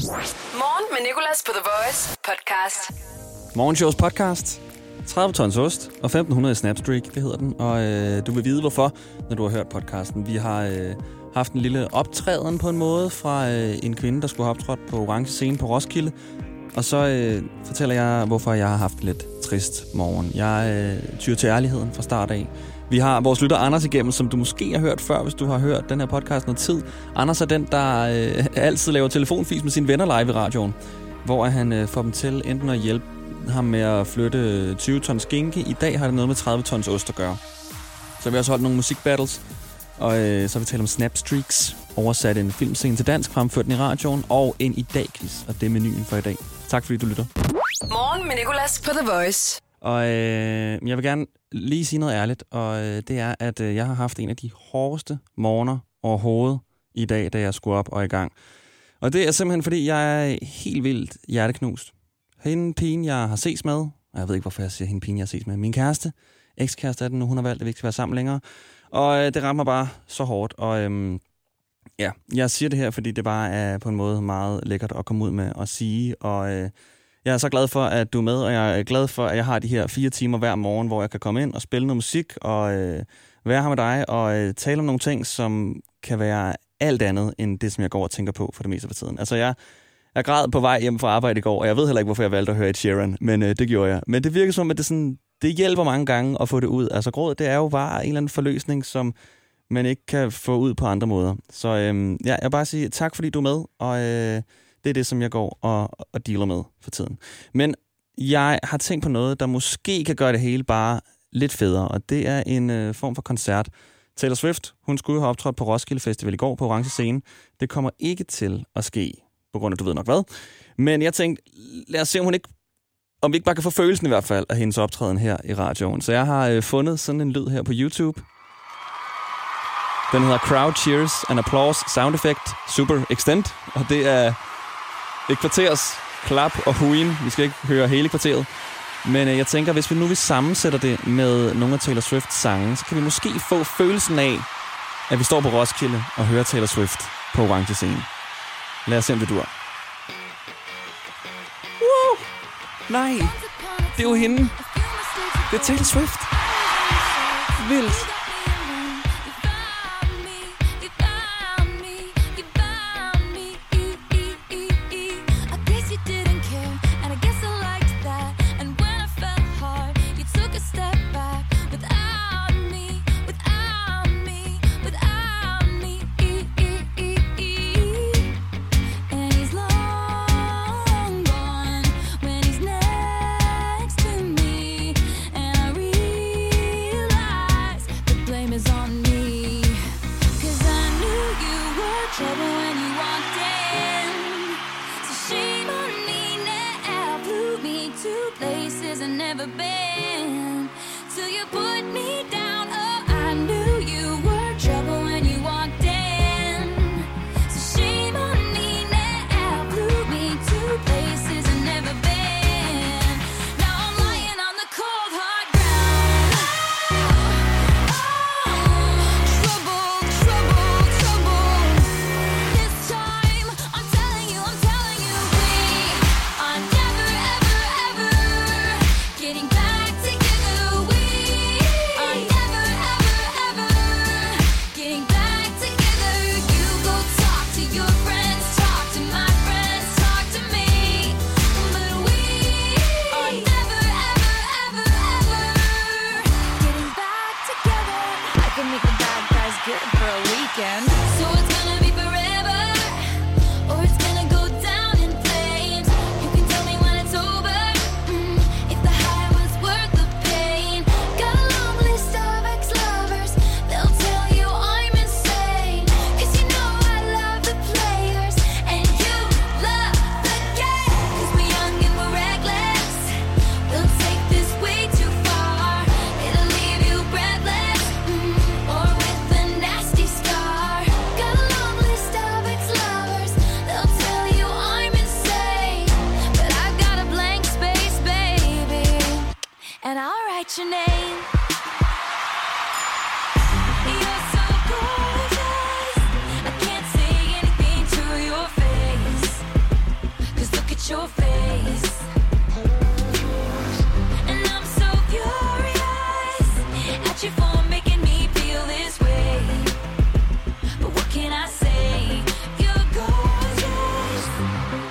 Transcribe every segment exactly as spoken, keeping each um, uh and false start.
Morgen med Nicolas på The Voice podcast. Morgenshows podcast. tredive tons ost og femten hundrede Snapstreak, det hedder den. Og øh, du vil vide hvorfor, når du har hørt podcasten. Vi har øh, haft en lille optræden på en måde fra øh, en kvinde, der skulle have optrådt på Orange Scene på Roskilde. Og så øh, fortæller jeg, hvorfor jeg har haft en lidt trist morgen. Jeg øh, tyr til ærligheden fra start af. Vi har vores lytter Anders igennem, som du måske har hørt før, hvis du har hørt den her podcast noget tid. Anders er den, der øh, altid laver telefonfis med sine venner live i radioen, hvor han øh, får dem til enten at hjælpe ham med at flytte tyve tons skinke. I dag har det noget med tredive tons ost at gøre. Så vi har også holdt nogle musikbattles, og øh, så har vi talt om Snapstreaks, oversat en filmscene til dansk, fremført den i radioen, og en i dag-quiz, og det er menuen for i dag. Tak fordi du lytter. Morgen med Nicolas på The Voice. Og øh, jeg vil gerne lige sige noget ærligt, og øh, det er, at øh, jeg har haft en af de hårdeste morgener overhovedet i dag, da jeg skulle op og i gang. Og det er simpelthen, fordi jeg er helt vildt hjerteknust. Hende pigen, jeg har ses med, og jeg ved ikke, hvorfor jeg siger hende pigen, jeg har ses med, min kæreste, ekskæreste er den nu, hun har valgt, at vi ikke skal være sammen længere. Og øh, det rammer bare så hårdt, og øh, ja, jeg siger det her, fordi det bare er på en måde meget lækkert at komme ud med og sige, og øh, jeg er så glad for, at du er med, og jeg er glad for, at jeg har de her fire timer hver morgen, hvor jeg kan komme ind og spille noget musik, og øh, være her med dig, og øh, tale om nogle ting, som kan være alt andet, end det, som jeg går og tænker på for det meste af tiden. Altså, jeg, jeg græd på vej hjem fra arbejde i går, og jeg ved heller ikke, hvorfor jeg valgte at høre Ed Sheeran, men øh, det gjorde jeg. Men det virker som, at det, sådan, det hjælper mange gange at få det ud. Altså, gråd, det er jo bare en eller anden forløsning, som man ikke kan få ud på andre måder. Så øh, ja, jeg vil bare sige tak, fordi du er med, og øh, det er det, som jeg går og, og dealer med for tiden. Men jeg har tænkt på noget, der måske kan gøre det hele bare lidt federe, og det er en øh, form for koncert. Taylor Swift, hun skulle have optrådt på Roskilde Festival i går på Orange Scene. Det kommer ikke til at ske, på grund af, du ved nok hvad. Men jeg tænkte, lad os se, om hun ikke, om vi ikke bare kan få følelsen i hvert fald af hendes optræden her i radioen. Så jeg har øh, fundet sådan en lyd her på YouTube. Den hedder Crowd Cheers and Applause Sound Effect Super Extend, og det er et kvarters klap og huien. Vi skal ikke høre hele kvarteret. Men øh, jeg tænker, hvis vi nu vi sammensætter det med nogle af Taylor Swifts sange, så kan vi måske få følelsen af, at vi står på Roskilde og hører Taylor Swift på Orange Scene. Lad os se, om det dur. Woo! Nej, det er jo hende. Det er Taylor Swift. Vildt.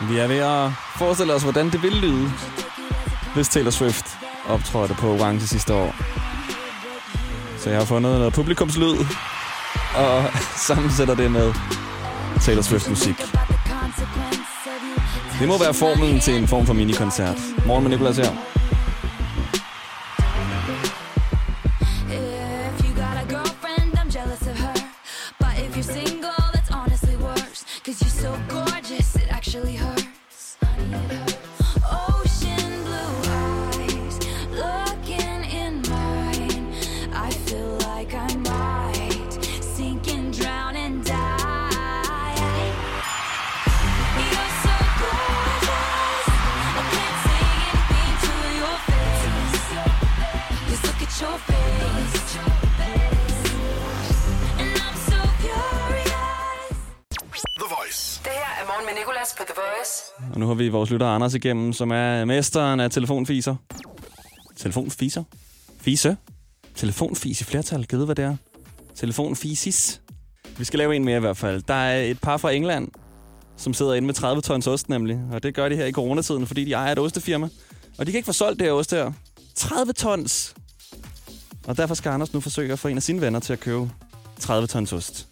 Vi er ved at forestille os, hvordan det ville lyde, hvis Taylor Swift optrådte på Orange sidste år. Så jeg har fundet noget publikumslyd, og sammensætter det med Taylor Swift musik. Det må være formlen til en form for minikoncert. Morgen med Nicolas her. På The Voice. Og nu har vi vores lytter Anders igennem, som er mesteren af telefonfiser. Telefonfiser? Fise? Telefonfis i flertal. Givet hvad det er? Telefonfisis. Vi skal lave en mere i hvert fald. Der er et par fra England, som sidder inde med tredive tons ost nemlig. Og det gør de her i coronatiden, fordi de ejer et ostefirma. Og de kan ikke få solgt det her ost her. tredive tons! Og derfor skal Anders nu forsøge at få en af sine venner til at købe tredive tons ost.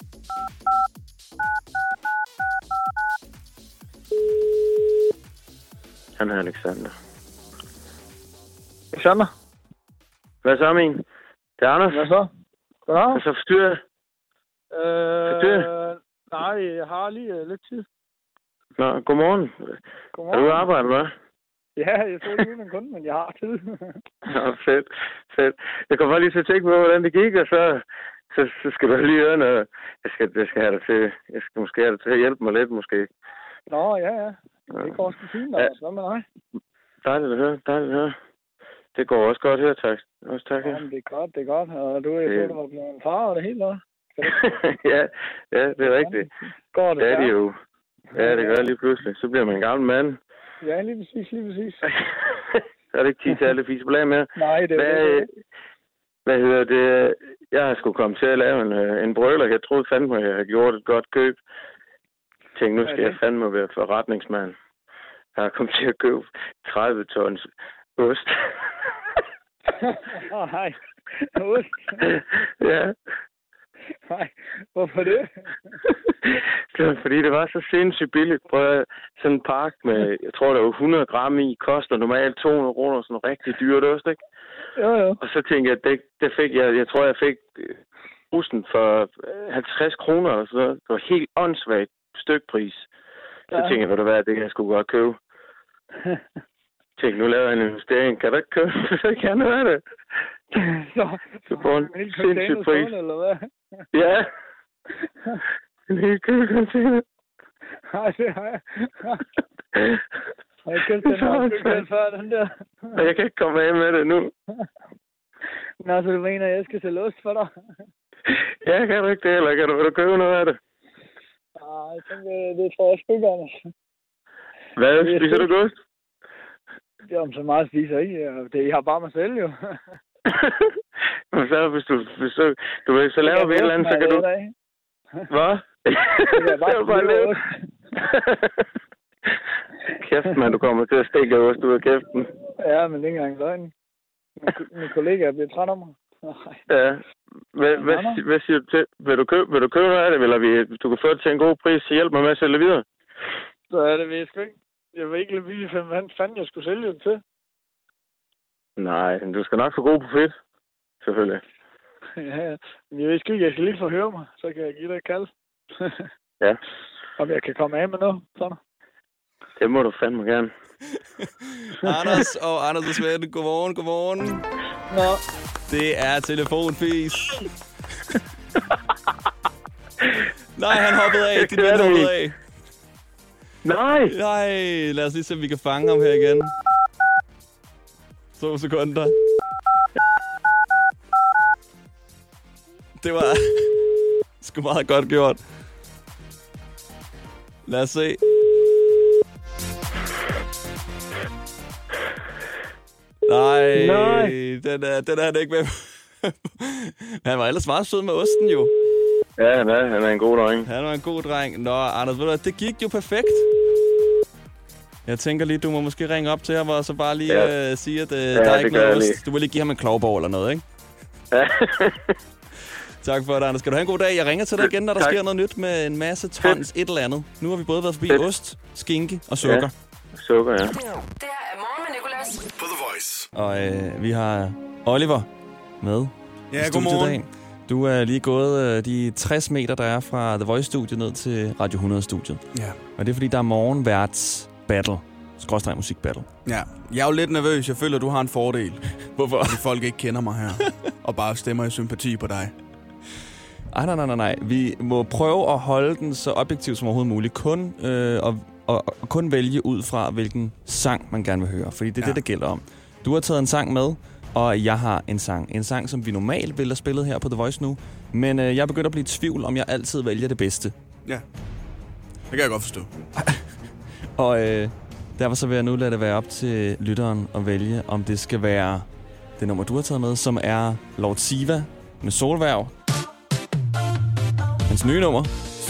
Han er Alexander. Alexander? Hvad så, min? Det er Anders. Hvad så? Goddag. Hvad så forstyrrer? Øh, Forstyrrer? nej, jeg har lige uh, lidt tid. Nå, godmorgen. Godmorgen. Er du i arbejde, hva'? Ja, jeg står lige med en kunde, men jeg har tid. Nå, fedt. Fedt. Jeg kommer bare lige til at tænke på, hvordan det gik, og så, så, så skal du lige høre noget. Jeg skal, jeg skal have dig til, jeg skal måske have dig til at hjælpe mig lidt, måske. Nå, ja, ja. Det går sgu fint, altså. Hvad med dig? Dejligt at høre, dejligt at høre. Det går også godt her, tak. Også tak, ja. Jamen, det er godt, det er godt. Og du, jeg det... tror, du var blevet en far og det hele, eller? ja, ja, det er rigtigt. Går det, det er det jo. Ja, det gør lige pludselig. Så bliver man en gammel mand. Ja, lige præcis, lige præcis. Så er det ikke tid til alle fise på lag mere. Nej, det er hvad, det. Hvad hedder det? Jeg har sgu kommet til at lave en, en brøler. Jeg troede fandme, at jeg havde gjort et godt køb. Jeg tænkte, nu skal jeg fandme være forretningsmand. Jeg har kommet til at købe tredive tons ost. Åh, oh, hej. Ost? Ja. Nej, hvorfor det? Det var, fordi det var så sindssygt billigt. Prøv at sådan en pakke med, jeg tror, der var hundrede gram i, koster normalt to hundrede kroner, sådan noget rigtig dyrt ost, ikke? Jo, jo. Og så tænkte jeg, det, det fik jeg, jeg tror, jeg fik osten for halvtreds kroner, og så det var helt åndssvagt stykpris. Så ja. tænkte jeg, hvad det var, det jeg skulle godt købe. Tænkte, nu laver jeg en investering. Kan du ikke købe? Så kan jeg noget af det. Så, så får en sindssyg pris. Eller hvad? Ja. En helt købecontainer. Nej, det har jeg. Jeg købte den her køkken før, den der. Og jeg kan ikke komme af med det nu. Nå, så du mener, at jeg skal sælge ost for dig? Ja, kan du ikke det, eller kan du, vil du købe noget af det? Nej, jeg tænker, det tror jeg sgu ikke, Anders. Hvad? Spiser du ost? Jamen, så meget spiser jeg ikke. Det, jeg har bare mig selv, jo. Så hvis du, hvis du, du vil, så laver vi et eller andet, så kan du... Hvad? Det er bare, bare lave. Kæft, man, du kommer til at stikke ost ud af kæften. Ja, men det er ikke engang løgn. Min, min kollega bliver træt af mig. Ja. Hvad, hvad, hvad siger du til? Vil du købe, vil du købe noget af det, eller vi, du kan få det til en god pris, så hjælp mig med at sælge det videre? Så er det vist ikke. Jeg ved ikke, hvad fanden jeg skulle sælge det til. Nej, du skal nok få god profit. Selvfølgelig. Ja, men jeg ved ikke, jeg skal lige forhøre mig, så kan jeg give dig et kald. Ja. Om jeg kan komme af med noget, sådan. Det må du fandme gerne. Anders og Anders og Svend, godmorgen, godmorgen. Nå. Det er telefonfis. Nej, han hoppede af. Din ven hoppede af. Nej! Nej, lad os lige se, om vi kan fange ham her igen. To sekunder. Det var sgu meget godt gjort. Lad os se. Nej, Nej. Den, er, den er han ikke med. Han var ellers meget sød med osten jo. Ja, han er, han er en god dreng. Han var en god dreng. Nå, Anders, ved du hvad, det gik jo perfekt. Jeg tænker lige, du må måske ringe op til ham og så bare lige ja. uh, sige, at uh, ja, der er ikke noget ost. Lige. Du vil lige give ham en klovborg eller noget, ikke? Ja. Tak for det, Anders. Skal du have en god dag? Jeg ringer til dig igen, når der tak. sker noget nyt med en masse tons et eller andet. Nu har vi både været forbi Fedt. ost, skinke og sukker. Ja. Sukker, ja. Det her er Morgen med Nicolas på The Voice. Og øh, vi har Oliver med. Ja, godmorgen. Du er lige gået øh, de tres meter, der er fra The Voice-studiet ned til Radio hundrede-studiet. Ja. Og det er, fordi der er morgenværts battle. Skråstreg musik battle. Ja, jeg er jo lidt nervøs. Jeg føler, du har en fordel. Hvorfor? Fordi folk ikke kender mig her. Og bare stemmer i sympati på dig. Ej, nej, nej, nej, nej. Vi må prøve at holde den så objektiv som overhovedet muligt. Kun, øh, og, og, og kun vælge ud fra, hvilken sang man gerne vil høre. Fordi det er ja. det, der gælder om. Du har taget en sang med, og jeg har en sang. En sang, som vi normalt ville have spillet her på The Voice nu. Men øh, jeg er begyndt at blive i tvivl, om jeg altid vælger det bedste. Ja, det kan jeg godt forstå. og øh, derfor så vil jeg nu lade det være op til lytteren at vælge, om det skal være det nummer, du har taget med, som er Lord Siva med Solværv. Hans nye nummer.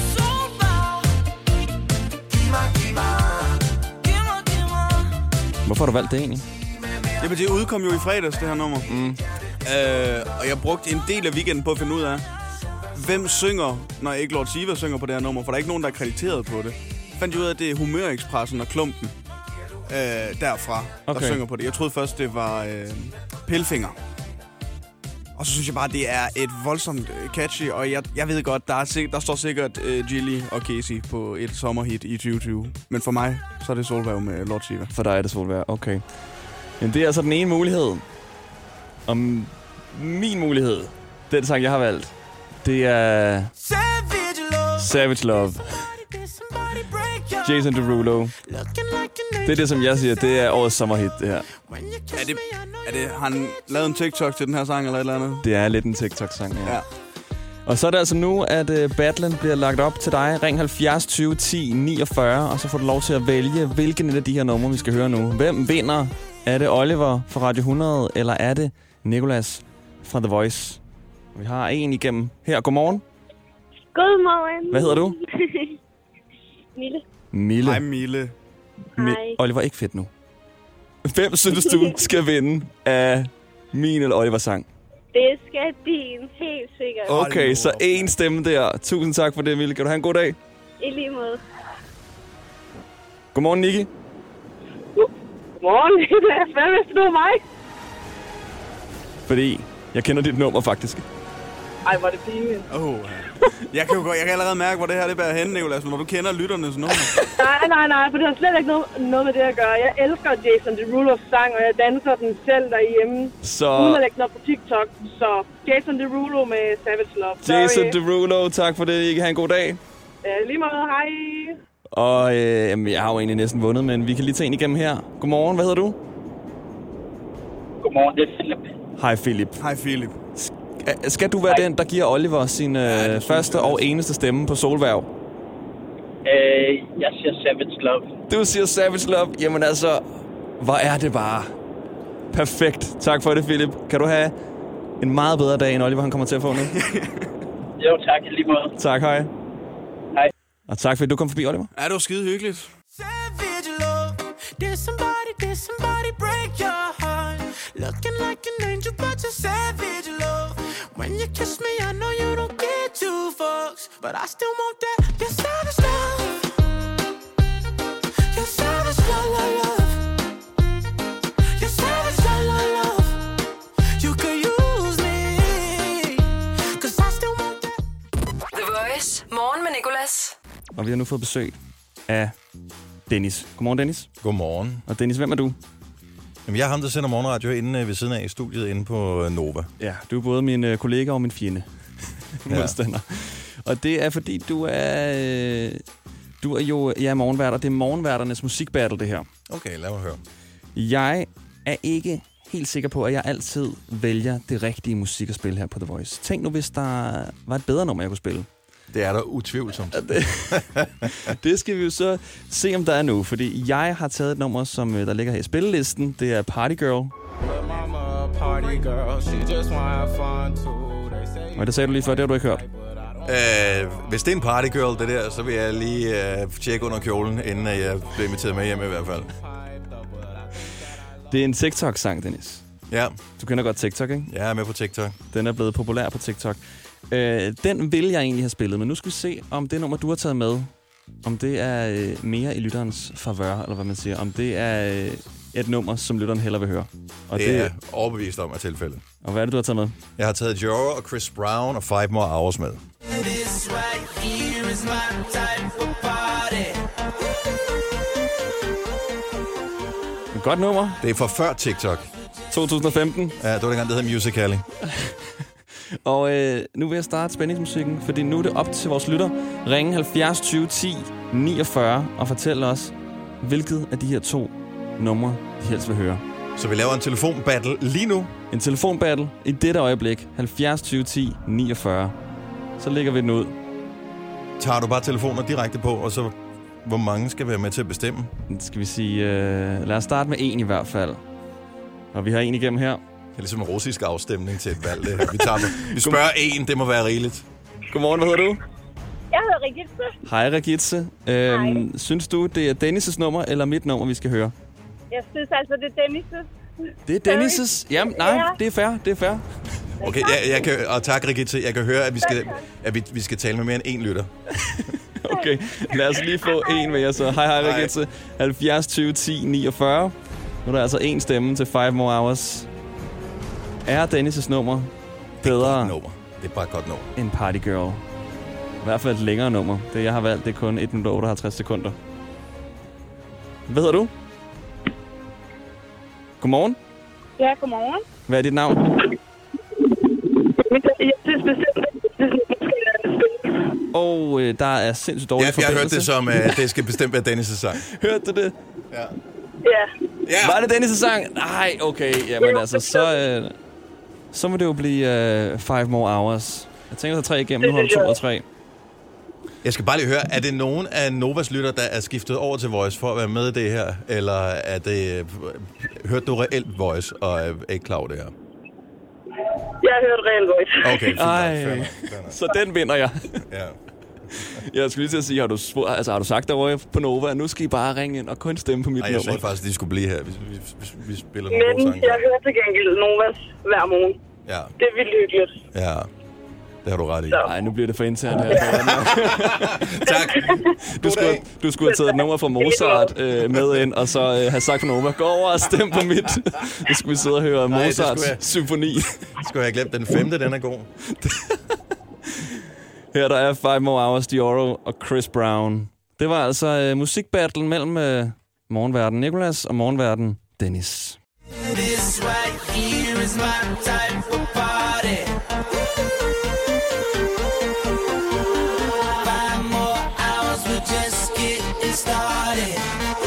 Hvorfor har du valgt det egentlig? Jamen, det udkom jo i fredags, det her nummer. Mm. Øh, og jeg brugte en del af weekenden på at finde ud af, hvem synger, når ikke Lord Siva synger på det her nummer, for der er ikke nogen, der er krediteret på det. Jeg fandt ud af, at det er Humørekspressen og Klumpen øh, derfra, okay. der synger på det. Jeg troede først, det var øh, Pelfinger. Og så synes jeg bare, det er et voldsomt catchy, og jeg, jeg ved godt, der, er sik- der står sikkert uh, Gilly og Casey på et sommerhit i tyve tyve. Men for mig, så er det Solværv med Lord Siva. For dig er det Solværv, okay. Men det er altså den ene mulighed. Om min mulighed, den sang, jeg har valgt, det er Savage Love. Jason Derulo. Det er det, som jeg siger, det er årets sommerhit, det her. Er det, er det, har han lavet en TikTok til den her sang, eller et eller andet? Det er lidt en TikTok-sang, ja. ja. ja. Og så er det altså nu, at uh, battlen bliver lagt op til dig. Ring halvfjerds tyve ti niogfyrre, og så får du lov til at vælge, hvilken af de her numre, vi skal høre nu. Hvem vinder? Er det Oliver fra Radio hundrede, eller er det Nicolas fra The Voice? Vi har en igennem her. Godmorgen. Godmorgen. Hvad hedder du? Mille. Mille. Hej, Mille. Hej. Mi- Oliver, ikke fedt nu. Hvem synes du skal vinde af min eller Olivers sang? Det skal din, helt sikkert. Okay, så en stemme der. Tusind tak for det, Mille. Kan du have en god dag? I lige måde. Godmorgen, Nikki. Godmorgen, Niklas. Hvad hvis du er mig? Fordi jeg kender dit nummer, faktisk. Ej, hvor er det pinligt. Oh, jeg kan jo godt, jeg kan allerede mærke, hvor det her det bærer hen, Nicolas, når du kender lytternes nummer. nej, nej, nej, for det har slet ikke noget, noget med det at gøre. Jeg elsker Jason Derulo's sang, og jeg danser den selv derhjemme. Så... uden at lægge den op på TikTok. Så Jason Derulo med Savage Love. Sorry. Jason Derulo, tak for det. I kan have en god dag. Ja, lige meget. Hej. Og øh, jamen, jeg har jo egentlig næsten vundet, men vi kan lige tage en igennem her. Godmorgen, hvad hedder du? Godmorgen, det er Philip. Hej, Philip. Hej, Philip. Skal du være Hej. den, der giver Oliver sin øh, første og eneste stemme på Solværv? Øh, jeg siger Savage Love. Du siger Savage Love. Jamen altså, hvor er det bare perfekt. Tak for det, Philip. Kan du have en meget bedre dag, end Oliver han kommer til at få nu? Jo, tak. I lige måde. Tak, hej. Hej. Og tak fordi du kom forbi, Oliver. Ja, det var skide hyggeligt. Savage love. Did somebody, did somebody break your heart? Looking like an angel, but you're savage love. When you kiss me, I know you don't get two fucks, but I still want that. You're savage love. You're savage love, love, love. You're savage love, love, love. You could use me, cause I still want that. The Voice. Morgen med Nicolas. Og vi har nu fået besøg af Dennis. Godmorgen, Dennis. Godmorgen. Og Dennis, hvem er du? Jamen, jeg er ham, der sender morgenradio inde ved siden af i studiet inde på Nova. Ja, du er både min øh, kollega og min fjende. Modstander. Og det er fordi, du er, øh, du er jo ja, morgenvært, og det er morgenværternes musikbattle, det her. Okay, lad mig høre. Jeg er ikke helt sikker på, at jeg altid vælger det rigtige musik at spille her på The Voice. Tænk nu, hvis der var et bedre nummer, jeg kunne spille. Det er der utvivlsomt. Det, det skal vi jo så se, om der er nu. Fordi jeg har taget et nummer, som der ligger her i spillelisten. Det er Party Girl. Og det sagde du lige før, det har du ikke hørt. Øh, hvis det er en partygirl, det der, så vil jeg lige øh, tjekke under kjolen, inden jeg bliver inviteret med hjem i hvert fald. Det er en TikTok-sang, Dennis. Ja. Du kender godt TikTok, ikke? Jeg er med på TikTok. Den er blevet populær på TikTok. Øh, den vil jeg egentlig have spillet, men nu skal vi se, om det nummer, du har taget med, om det er øh, mere i lytterens favør, eller hvad man siger. Om det er øh, et nummer, som lytteren hellere vil høre. Og det, det er overbevist om, at tilfældet. Og hvad er det, du har taget med? Jeg har taget Joro og Chris Brown og Five More Hours med. Et godt nummer. Det er fra før TikTok. to tusind og femten. Ja, det var dengang, det hed Musical.ly. Og øh, nu vil jeg starte spændingsmusikken, fordi nu er det op til vores lytter. Ringe halvfjerds tyve ti niogfyrre og fortæl os, hvilket af de her to numre, de helst vil høre. Så vi laver en telefonbattle lige nu. En telefonbattle i dette øjeblik. halvfjerds tyve ti niogfyrre. Så lægger vi den ud. Tager du bare telefoner direkte på, og så hvor mange skal være med til at bestemme? Skal vi sige, øh, lad os starte med en i hvert fald. Og vi har en igennem her. Det er ligesom en russisk afstemning til et valg. Det her. Vi, tager, vi spørger en, det må være rigeligt. Godmorgen, hvad hedder du? Jeg hedder Regitze. Hej, Regitze. Øhm, synes du, det er Dennis' nummer eller mit nummer, vi skal høre? Jeg synes altså, det er Dennis'. Det er Dennis'? Jamen, nej, det er fair, det er fair. Okay, jeg, jeg kan, og tak, Regitze. Jeg kan høre, at vi skal, at vi, vi skal tale med mere end én lytter. Okay, lad os lige få en med jer så. Hej, hej, Regitze. halvfjerds tyve ti niogfyrre. Nu er der altså en stemme til Five More Hours. Er Dennis' nummer bedre det nummer. Det er bare et godt nummer. end Party Girl? I hvert fald et længere nummer. Det, jeg har valgt, det er kun et minut og otteoghalvtreds sekunder. Hvad hedder du? Godmorgen. Ja, godmorgen. Hvad er dit navn? Jeg synes bestemt, Og øh, der er sindssygt dårlig Ja, jeg har hørt forbindelse. det som, at uh, det skal bestemt være Dennis' sang. Hørte du det? Ja. Ja. Ja. Var det Dennis' sang? Nej, okay. Jamen altså, så, øh, så må det jo blive øh, Five More Hours. Jeg tænker, så tre igennem. Nu har du to og tre. Jeg skal bare lige høre, er det nogen af Novas lytter, der er skiftet over til Voice for at være med i det her? Eller er det, øh, hørte du reelt Voice og er ikke klar over det her? Jeg har hørt Real Voice. Okay, fint. Ej, Fair nok, fair nok. så den vinder jeg. Ja. Jeg skulle lige til at sige, har du, spurgt, altså, har du sagt derovre på Nova, at nu skal I bare ringe ind og kun stemme på mit Ej, jeg nummer? sagde faktisk, at de skulle blive her. Vi, vi, vi, vi spiller nogle Men gode sange. jeg hører til gengæld Novas hver morgen. Ja, Det er vildt hyggeligt. ja. Det har du ret i. Nej, nu bliver det for internt her. Tak. Du skulle, du skulle have taget et nummer fra Mozart øh, med ind, og så øh, have sagt for Nova, gå over og stem på mit. Nu skulle vi sidde og høre Nej, det Mozarts skulle jeg- symfoni. Skulle jeg have glemt den femte, den er god. Her der er Five More Hours, Dioro og Chris Brown. Det var altså øh, musikbattle mellem øh, morgenverden Nicolas og morgenverden Dennis. This right here is my type of party. Five more hours, we're just getting started.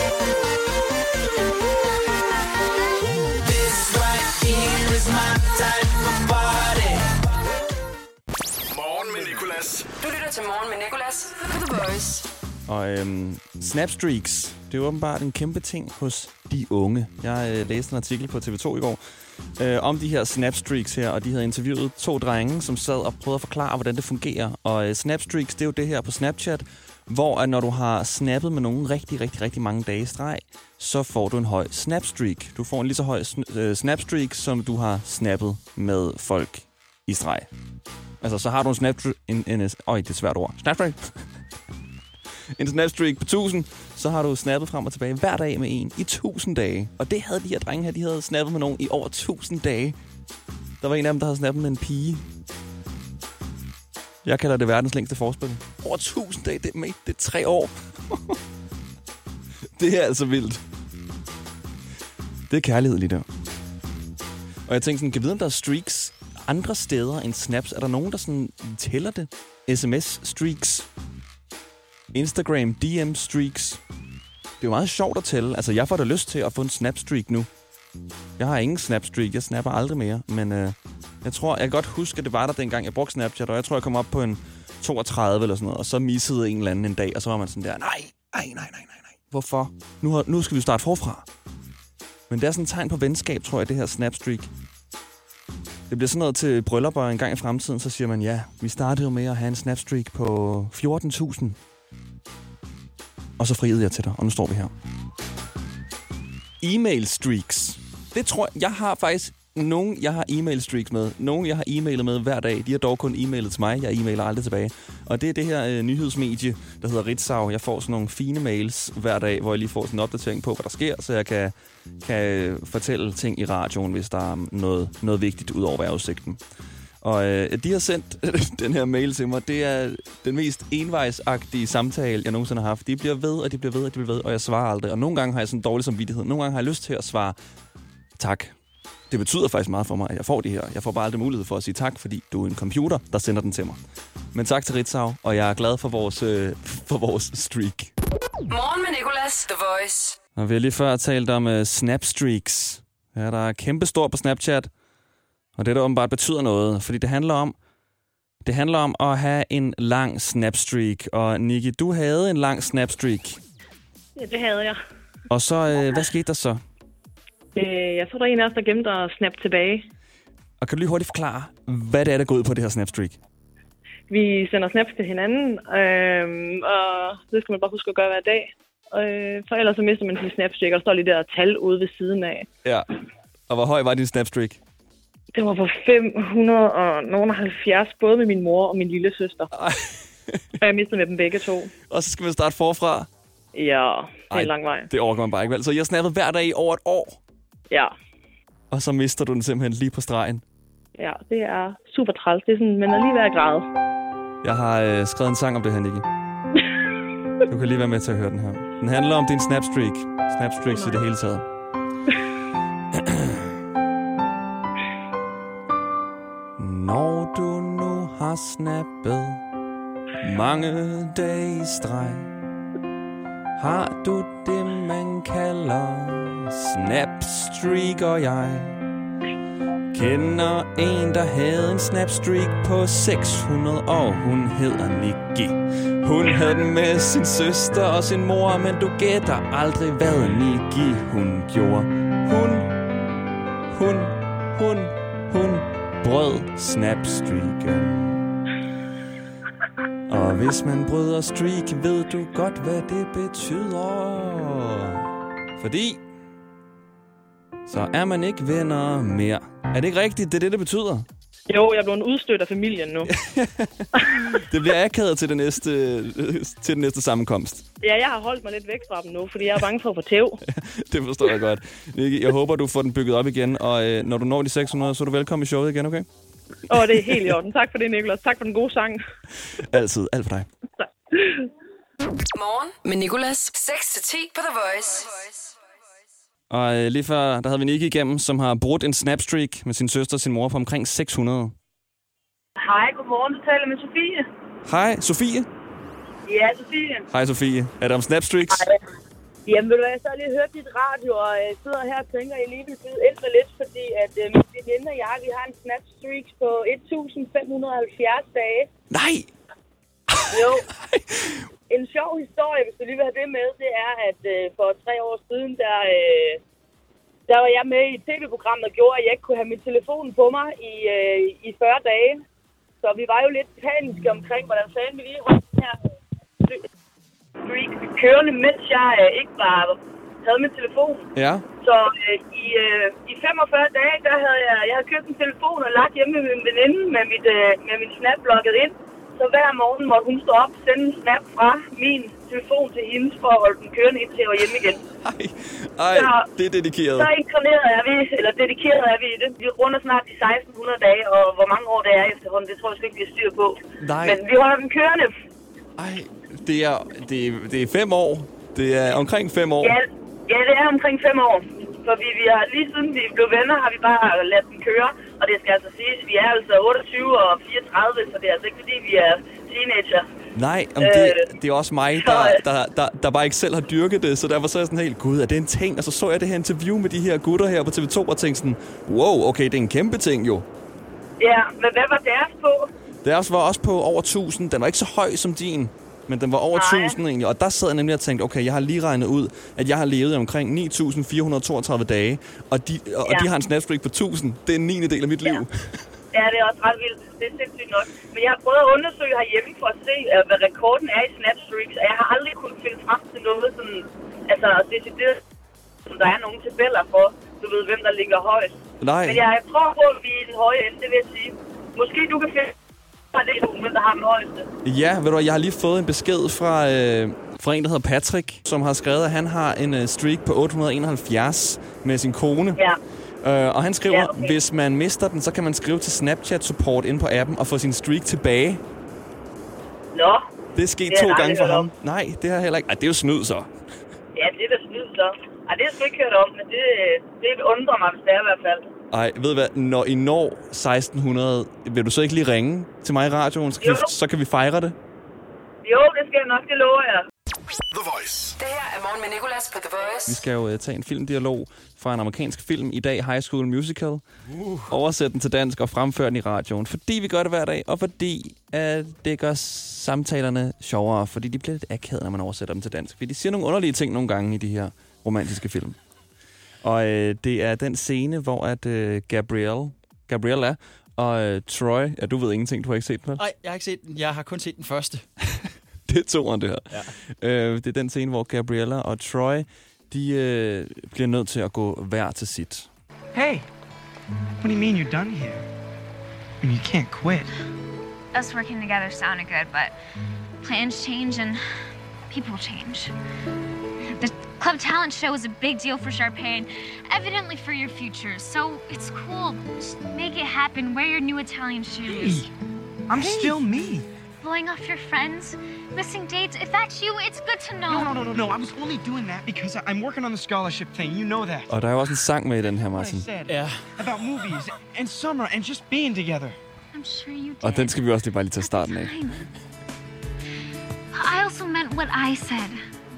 This right here is my type of party. Morgen med Nicolas. Du lytter til Morgen med Nicolas på The Voice. Og øhm, Snapstreaks, det er åbenbart en kæmpe ting hos de unge. Jeg øh, læste en artikel på T V to i går øh, om de her Snapstreaks her, og de havde interviewet to drenge, som sad og prøvede at forklare, hvordan det fungerer. Og øh, Snapstreaks, det er jo det her på Snapchat, hvor at når du har snappet med nogen rigtig, rigtig, rigtig mange dage i streg, så får du en høj Snapstreak. Du får en lige så høj sn- øh, Snapstreak, som du har snappet med folk i streg. Altså, så har du en Snapstreak... En, en, en, øj, det er et svært ord. Snapstreak. En snapstreak på tusind, så har du snappet frem og tilbage hver dag med en i tusind dage. Og det havde de her drenge her, de havde snappet med nogen i over tusind dage. Der var en af dem, der havde snappet med en pige. Jeg kalder det verdens længste forspil. Over tusind dage, det er, mate, det er tre år. Det er altså vildt. Det er kærlighed lige der. Og jeg tænkte sådan, kan jeg vide, om der er streaks andre steder end snaps? Er der nogen, der sådan tæller det? S M S-streaks? Instagram D M-streaks. Det er jo meget sjovt at tælle. Altså, jeg får da lyst til at få en snapstreak nu. Jeg har ingen snapstreak. Jeg snapper aldrig mere. Men øh, jeg tror, jeg kan godt huske, at det var der dengang, jeg brugte Snapchat. Og jeg tror, jeg kom op på en toogtredive eller sådan noget. Og så missede en eller anden en dag. Og så var man sådan der, nej, nej, nej, nej, nej, nej. Hvorfor? Nu, har, nu skal vi starte forfra. Men det er sådan et tegn på venskab, tror jeg, det her snapstreak. Det bliver sådan noget til bryllupper en gang i fremtiden, så siger man, ja, vi startede jo med at have en snapstreak på fjorten tusind. Og så friede jeg til dig, og nu står vi her. E-mail streaks. Det tror jeg, jeg har faktisk nogen, jeg har e-mail streaks med. Nogen, jeg har e-mailet med hver dag. De har dog kun e-mailet til mig. Jeg e-mailer aldrig tilbage. Og det er det her øh, nyhedsmedie, der hedder Ritzau. Jeg får sådan nogle fine mails hver dag, hvor jeg lige får sådan en opdatering på, hvad der sker, så jeg kan, kan fortælle ting i radioen, hvis der er noget, noget vigtigt ud over vejrudsigten. Og øh, de har sendt den her mail til mig. Det er den mest envejsagtige samtale, jeg nogensinde har haft. De bliver ved, og de bliver ved, og de bliver ved, og jeg svarer aldrig. Og nogle gange har jeg sådan en dårlig samvittighed. Nogle gange har jeg lyst til at svare tak. Det betyder faktisk meget for mig, at jeg får de her. Jeg får bare aldrig mulighed for at sige tak, fordi du er en computer, der sender den til mig. Men tak til Ritzau, og jeg er glad for vores, øh, for vores streak. Morgen med Nicolas, The Voice. Og vi har lige før talt om uh, snapstreaks. Ja, der er kæmpestor på Snapchat. Og det der åbenbart betyder noget, fordi det handler om, det handler om at have en lang snapstreak. Og Nikki, du havde en lang snapstreak. Ja, det havde jeg. Og så, øh, hvad skete der så? Øh, jeg tror, der er en af os, der glemte at snap tilbage. Og kan du lige hurtigt forklare, hvad det er, der går ud på det her snapstreak? Vi sender snaps til hinanden, øh, og det skal man bare huske at gøre hver dag. Øh, for ellers så mister man sin snapstreak, og der står lige der tal ude ved siden af. Ja. Og hvor høj var din snapstreak? Det var på fem hundrede og halvfjerds, både med min mor og min lille søster. Og jeg mistede med dem begge to. Og så skal vi starte forfra? Ja, det er Ej, en lang vej. Det overgår man bare ikke vel. Så jeg snappede hver dag i over et år? Ja. Og så mister du den simpelthen lige på stregen? Ja, det er super træls. Det er sådan, man er lige ved at græde. Jeg har øh, skrevet en sang om det her, Nikki. Du kan lige være med til at høre den her. Den handler om din snapstreak. Snapstreaks oh, i det hele taget. Når du nu har snappet mange dage i streg, har du det, man kalder snapstreak, og jeg kender en, der havde en snapstreak på seks hundrede, og hun hedder Nikki. Hun havde den med sin søster og sin mor, men du gætter aldrig, hvad Nikki hun gjorde. Hun, hun, hun, hun brød snapstreaken. Og hvis man bryder streak, ved du godt, hvad det betyder. Fordi så er man ikke venner mere. Er det ikke rigtigt? Det er det, det betyder? Jo, jeg er blevet udstødt af familien nu. Det bliver akavet til, det næste, til den næste sammenkomst. Ja, jeg har holdt mig lidt væk fra dem nu, fordi jeg er bange for at få tæv. Det forstår jeg godt. Nikki, jeg håber, du får den bygget op igen, og øh, når du når de seks hundrede, så er du velkommen i showet igen, okay? Åh, oh, det er helt i orden. Tak for det, Nicolas. Tak for den gode sang. Altid. Alt for dig. Tak. Morgen med Nicolas. seks til ti på The Voice. Og øh, lige før, der havde vi Nikki igennem, som har brudt en snapstreak med sin søster og sin mor på omkring seks hundrede. Hej, godmorgen. Du taler med Sofie. Hej, Sofie. Ja, Sofie. Hej, Sofie. Er det om snapstreaks? Hej. Jamen, ved du hvad, jeg så har lige hørt dit radio, og jeg sidder her og tænker, at jeg lige vil byde ind med lidt, fordi at øh, min veninde og jeg, vi har en snapstreak på et tusind fem hundrede og halvfjerds dage. Nej! Jo. En sjov historie, hvis du lige vil have det med, det er, at øh, for tre år siden, der, øh, der var jeg med i et tv-program, der gjorde, at jeg ikke kunne have min telefon på mig i, øh, i fyrre dage. Så vi var jo lidt paniske omkring, hvordan fanden vi lige holdt den her streak kørende, mens jeg øh, ikke var havde min telefon. Ja. Så øh, i, øh, i femogfyrre dage, der havde jeg, jeg havde købt en telefon og lagt hjemme med min veninde med, mit, øh, med min snap logget ind. Så hver morgen måtte hun stå op og sende en snap fra min telefon til hendes for at holde den kørende indtil jeg var hjemme igen. Ej, ej så, det er dedikeret. Så inkarneret er vi, eller dedikeret er vi i det. Vi runder snart de seksten hundrede dage, og hvor mange år det er efterhånden, det tror jeg sgu ikke, vi har styr på. Nej. Men vi holder den kørende. Ej, det er, det, er, det er fem år. Det er omkring fem år. Ja, ja, det er omkring fem år. For vi, vi har, lige siden vi blev venner, har vi bare ladet den køre. Og det skal altså siges, vi er altså otteogtyve og fireogtredive, så det er altså ikke fordi, vi er teenager. Nej, om det, øh, det er også mig, der, der, der, der bare ikke selv har dyrket det. Så derfor så er jeg sådan helt, gud, er det en ting? Og så så jeg det her interview med de her gutter her på T V to og tænkte sådan, wow, okay, det er en kæmpe ting jo. Ja, men hvad var deres på? Deres var også på over tusind. Den var ikke så høj som din. men den var over Nej. tusind egentlig. Og der sad jeg nemlig og tænkte, okay, jeg har lige regnet ud, at jeg har levet i omkring ni tusind fire hundrede toogtredive dage, og de, og Ja. de har en snapstreak på tusind. Det er en niende del af mit liv. Ja. Ja, det er også ret vildt. Det er sindssygt nok. Men jeg har prøvet at undersøge herhjemme for at se, hvad rekorden er i Snapstreaks, og jeg har aldrig kunnet finde frem til noget sådan, altså decideret, som der er nogle tabeller for, du ved, hvem der ligger højst. Nej. Men jeg tror på, at vi er i den høje ende, det vil jeg sige. Måske du kan finde, at det er nogen, der har den højeste. Ja, ved du hvad, jeg har lige fået en besked fra, øh, fra en, der hedder Patrick, som har skrevet, at han har en øh, streak på otte hundrede enoghalvfjerds med sin kone. Ja. Øh, og han skriver, Ja, okay. hvis man mister den, så kan man skrive til Snapchat support ind på appen og få sin streak tilbage. Nå. Det er sket Det har to jeg gange aldrig for hørt ham. om. Nej, det har jeg heller ikke. Ej, det er jo snyd så. Ja, det er da snyd så. Ej, det har jeg sgu ikke hørt om, men det, det undrer mig, hvis det er i hvert fald. Ej, ved du hvad? Når I når seksten hundrede, vil du så ikke lige ringe til mig i radioen? Så kan, vi, så kan vi fejre det. Jo, det skal jeg nok, det lover jeg. The Voice. Det her er Morgen med Nicolas på The Voice. Vi skal jo uh, tage en filmdialog fra en amerikansk film i dag, High School Musical. Uh. Oversætte den til dansk og fremføre den i radioen. Fordi vi gør det hver dag, og fordi uh, det gør samtalerne sjovere. Fordi de bliver lidt akavet, når man oversætter dem til dansk. Fordi de siger nogle underlige ting nogle gange i de her romantiske film. Og uh, det er den scene, hvor at uh, Gabrielle, Gabriella og uh, Troy... Ja, du ved ingenting, du har ikke set den, vel? Nej, jeg har ikke set den. Jeg har kun set den første. Det er toeren, det her. Ja. Øh, det er den scene, hvor Gabriella og Troy, de øh, bliver nødt til at gå hver til sit. Hey, what do you mean you're done here? I mean, you can't quit. Us working together sounded good, but plans change and people change. The club talent show is a big deal for Sharpay and evidently for your future. So it's cool. Just make it happen. Wear your new Italian shoes. Hey, I'm hey. still me. Blowing off your friends, missing dates. If that's you, it's good to know. No, no, no, no, no. I was only doing that because I'm working on the scholarship thing. You know that. Og der er jo også en sang med i den her, Martin. Yeah. About movies and summer and just being together. I'm sure you did. Og den skal vi også lige bare lige tage starten af. I also meant what I said.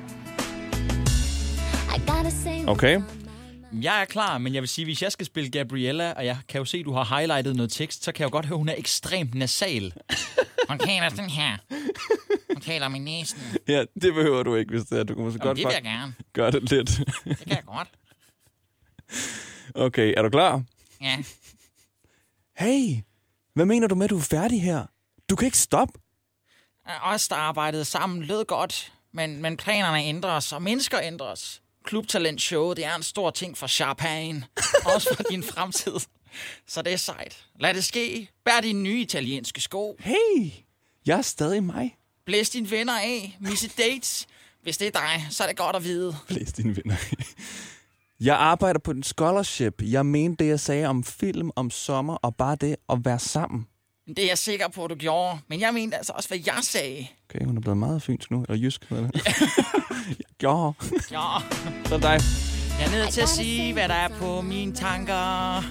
Okay. Jeg er klar, men jeg vil sige, hvis jeg skal spille Gabriella, og jeg kan jo se, at du har highlightet noget tekst, så kan jeg jo godt høre, at hun er ekstremt nasal. Hun taler sådan her. Hun taler med næsen. Ja, det behøver du ikke, hvis det er. Du kan måske Jamen, godt det vil jeg gerne. Gør det lidt. Det kan jeg godt. Okay, er du klar? Ja. Hey, hvad mener du med, at du er færdig her? Du kan ikke stoppe. Os, der arbejdede sammen, lød godt, men, men planerne ændres, og mennesker ændres. Klubtalent-show, det er en stor ting for Sharpay, også for din fremtid. Så det er sejt. Lad det ske. Bær dine nye italienske sko. Hey, jeg er stadig mig. Blæs dine venner af. Misse dates. Hvis det er dig, så er det godt at vide. Blæs dine venner af. Jeg arbejder på en scholarship. Jeg mente det, jeg sagde om film, om sommer og bare det at være sammen. Det er jeg sikker på, at du gjorde. Men jeg mente altså også, hvad jeg sagde. Okay, hun er blevet meget fynsk nu. Eller jysk. Eller? Ja. Ja. Så er det dig. Jeg er nødt til at sige, hvad der er på mine tanker.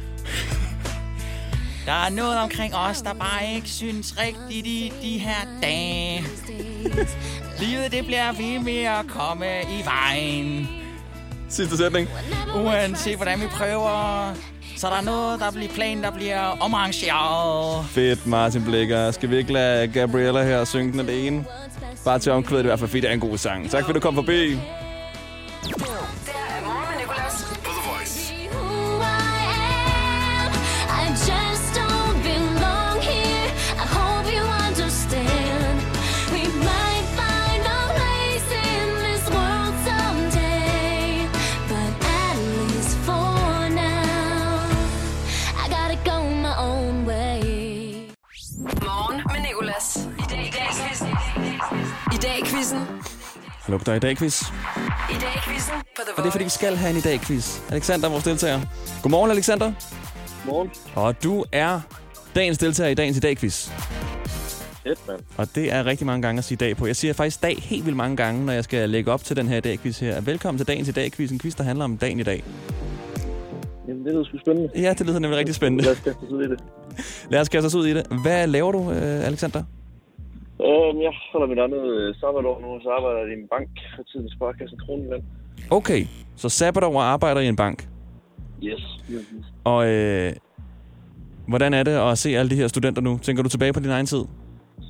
Der er noget omkring os, der bare ikke synes rigtigt i de her dage. Livet, det bliver ved med at komme i vejen. Sidste sætning. Uanset hvordan vi prøver, så der er noget, der bliver plan, der bliver omarrangeret. Fedt, Martin Blikker. Skal vi ikke lade Gabriella her synge den alene? Bare til omkvædet i hvert fald, fordi det er en god sang. Tak fordi du kom forbi. I dag i quizzen. Lugter i dag quiz. I dag i quizzen på The Voice. Og det er fordi, vi skal have en i dag quiz. Alexander, vores deltager. Godmorgen, Alexander. Godmorgen. Og du er dagens deltager i dagens i dag quiz. Fedt, mand. Og det er rigtig mange gange at sige dag på. Jeg siger faktisk dag helt vildt mange gange, når jeg skal lægge op til den her i dag quiz her. Velkommen til dagens i dag quiz. En quiz, der handler om dagen i dag. Jamen, det lyder sgu spændende. Ja, det lyder nemlig rigtig spændende. Lad os kaste os ud i det. Lad os kaste os ud i det. Hvad laver du, Alexander? Øhm, jeg holder mit andet sabbatår nu, så arbejder jeg i en bank for tiden, Sparkassen Kronjylland. Okay, så sabbatår og arbejder i en bank? Yes. yes. Og øh, hvordan er det at se alle de her studenter nu? Tænker du tilbage på din egen tid?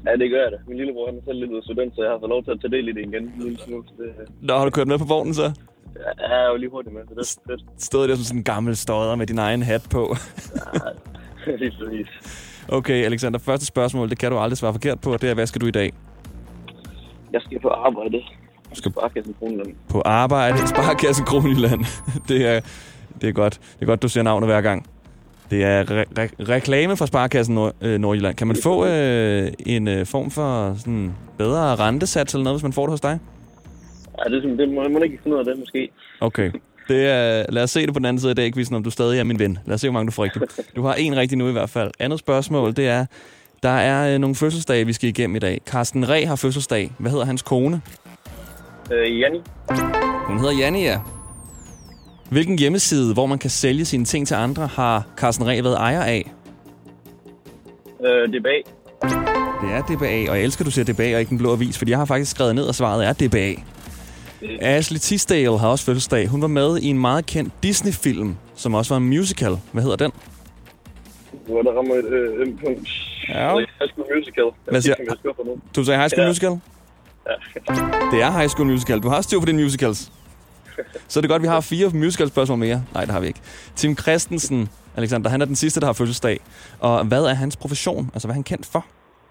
Ja, det gør jeg da. Min lillebror han er selv lidt student, så jeg har fået lov til at tage del i det igen. En lille smule, så det... Nå, har du kørt med på vognen så? Ja, jeg er jo lige hurtigt med, så det er fedt. Stod der som sådan en gammel stodder med din egen hat på? Ja, lige præcis. Okay, Alexander, første spørgsmål, det kan du aldrig svare forkert på, det er, hvad skal du i dag? Jeg skal på arbejde. Jeg skal Sparkassen Kronjylland. På arbejde i Sparkassen Kronjylland. det, er, det er godt. Det er godt, du siger navnet hver gang. Det er re- re- reklame fra Sparkassen Nord- øh, Nordjylland. Kan man få øh, en øh, form for sådan bedre rentesats eller noget, hvis man får det hos dig? Ja, det, det må man ikke finde ud af det, måske. Okay. Det er, lad os se det på den anden side af dag, quizzen, om du stadig er min ven. Lad os se, hvor mange du får rigtigt. Du har en rigtig nu i hvert fald. Andet spørgsmål, det er, der er øh, nogle fødselsdage, vi skal igennem i dag. Carsten Reh har fødselsdag. Hvad hedder hans kone? Øh, Janni. Hun hedder Janni, ja. Hvilken hjemmeside, hvor man kan sælge sine ting til andre, har Carsten Reh været ejer af? Øh, D B A. Det er D B A, og jeg elsker, at du siger D B A og ikke Den Blå Avis, fordi jeg har faktisk skrevet ned, og svaret er D B A. Ashley Tisdale har også fødselsdag. Hun var med i en meget kendt Disney-film, som også var en musical. Hvad hedder den? Hvor der rammer et øh, øm punkt. Ja. High School Musical. Hvad siger du? Du sagde High School ja. Musical? Ja. Det er High School Musical. Du har styr på dine musicals. Så det er godt, vi har fire musical-spørgsmål mere. Nej, det har vi ikke. Tim Christensen, Alexander, han er den sidste, der har fødselsdag. Og hvad er hans profession? Altså, hvad er han kendt for?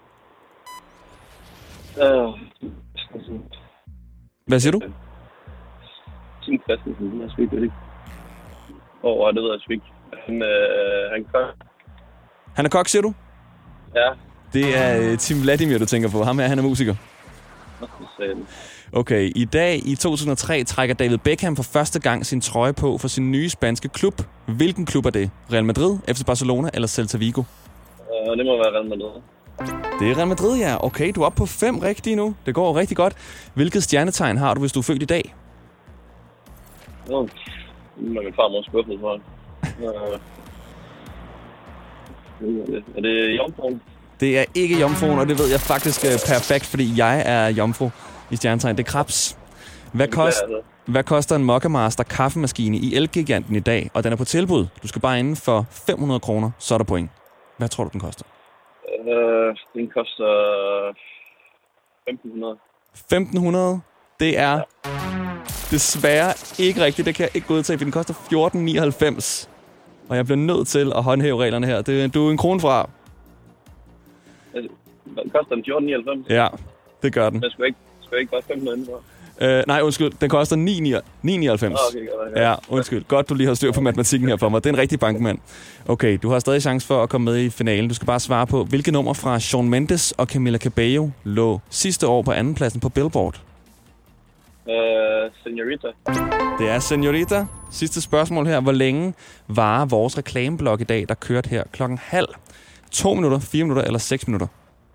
Uh, hvad siger du? Tim Christensen, jeg skal ikke. Åh, oh, det ved jeg sgu ikke. Han, øh, han kok. Han er kok, siger du? Ja. Det er Tim Vladimir, du tænker på. Ham her, han er musiker. Okay, i dag i to tusind og tre trækker David Beckham for første gang sin trøje på for sin nye spanske klub. Hvilken klub er det? Real Madrid, F C Barcelona eller Celta Vigo? Uh, det må være Real Madrid. Det er Real Madrid, ja. Okay, du er oppe på fem rigtige nu. Det går rigtig godt. Hvilket stjernetegn har du, hvis du er født i dag? Nå, nu er min far måske skuffet for uh, Er det jomfruen? Det er ikke jomfruen, og det ved jeg faktisk perfekt, fordi jeg er jomfru i stjernetegn. Det er Krebs. Hvad, kost, hvad koster en Mokka Master kaffemaskine i Elgiganten i dag? Og den er på tilbud. Du skal bare inden for fem hundrede kroner, så er der point. Hvad tror du, den koster? Uh, den koster femten hundrede. femten hundrede? Det er desværre ikke rigtigt. Det kan jeg ikke gå ud til, for den koster fjorten nioghalvfems. Og jeg bliver nødt til at håndhæve reglerne her. Det, du er en krone fra. Koster den fjorten nioghalvfems? Ja, det gør den. Men skal ikke, skal ikke bare femten hundrede? Øh, nej, undskyld. Den koster ni nioghalvfems. Oh, okay, godt, ja, undskyld. Godt, du lige har styr på matematikken her for mig. Det er en rigtig bankmand. Okay, du har stadig chance for at komme med i finalen. Du skal bare svare på, hvilke nummer fra Shawn Mendes og Camila Cabello lå sidste år på andenpladsen på Billboard? Uh, Senorita. Det er Senorita. Sidste spørgsmål her. Hvor længe varer vores reklameblok i dag, der kørte her klokken halv? To minutter, fire minutter eller seks minutter?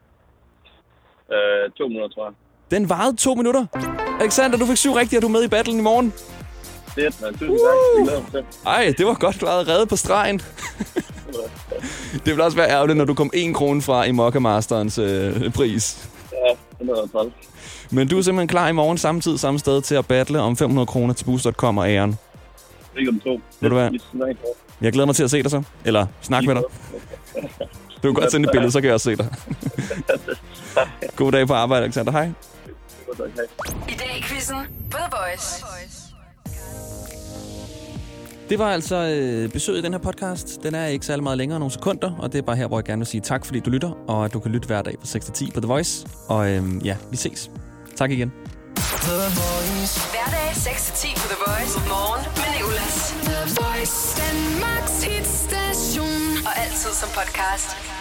Uh, to minutter, tror jeg. Den varede to minutter. Alexander, du fik syv rigtigt, og du er med i battlen i morgen. Det er den. Tusind tak. Ej, det var godt klaret. Reddet på stregen. Det vil også være ærgerligt, når du kom en krone fra i Mokka Masterens øh, pris. Ja, det er træls. Men du er simpelthen klar i morgen samme tid, samme sted til at battle om fem hundrede kroner til boost punktum com og æren. Det kan to. Ved du hvad? Jeg glæder mig til at se dig så. Eller snakke med dig. Du kan godt sende et billede, så kan jeg også se dig. God dag på arbejde, Alexander. Hej. I dag i quizzen på The Voice. Det var altså øh, besøget i den her podcast. Den er ikke særlig meget længere, nogle sekunder, og det er bare her, hvor jeg gerne vil sige tak, fordi du lytter, og at du kan lytte hver dag fra seks til ti på The Voice. Og øh, ja, vi ses. Tak igen. Hverdag seks til ti på The Voice. Morgen med Nicolas. The Voice. Danmarks hitstation. Og altid som podcast.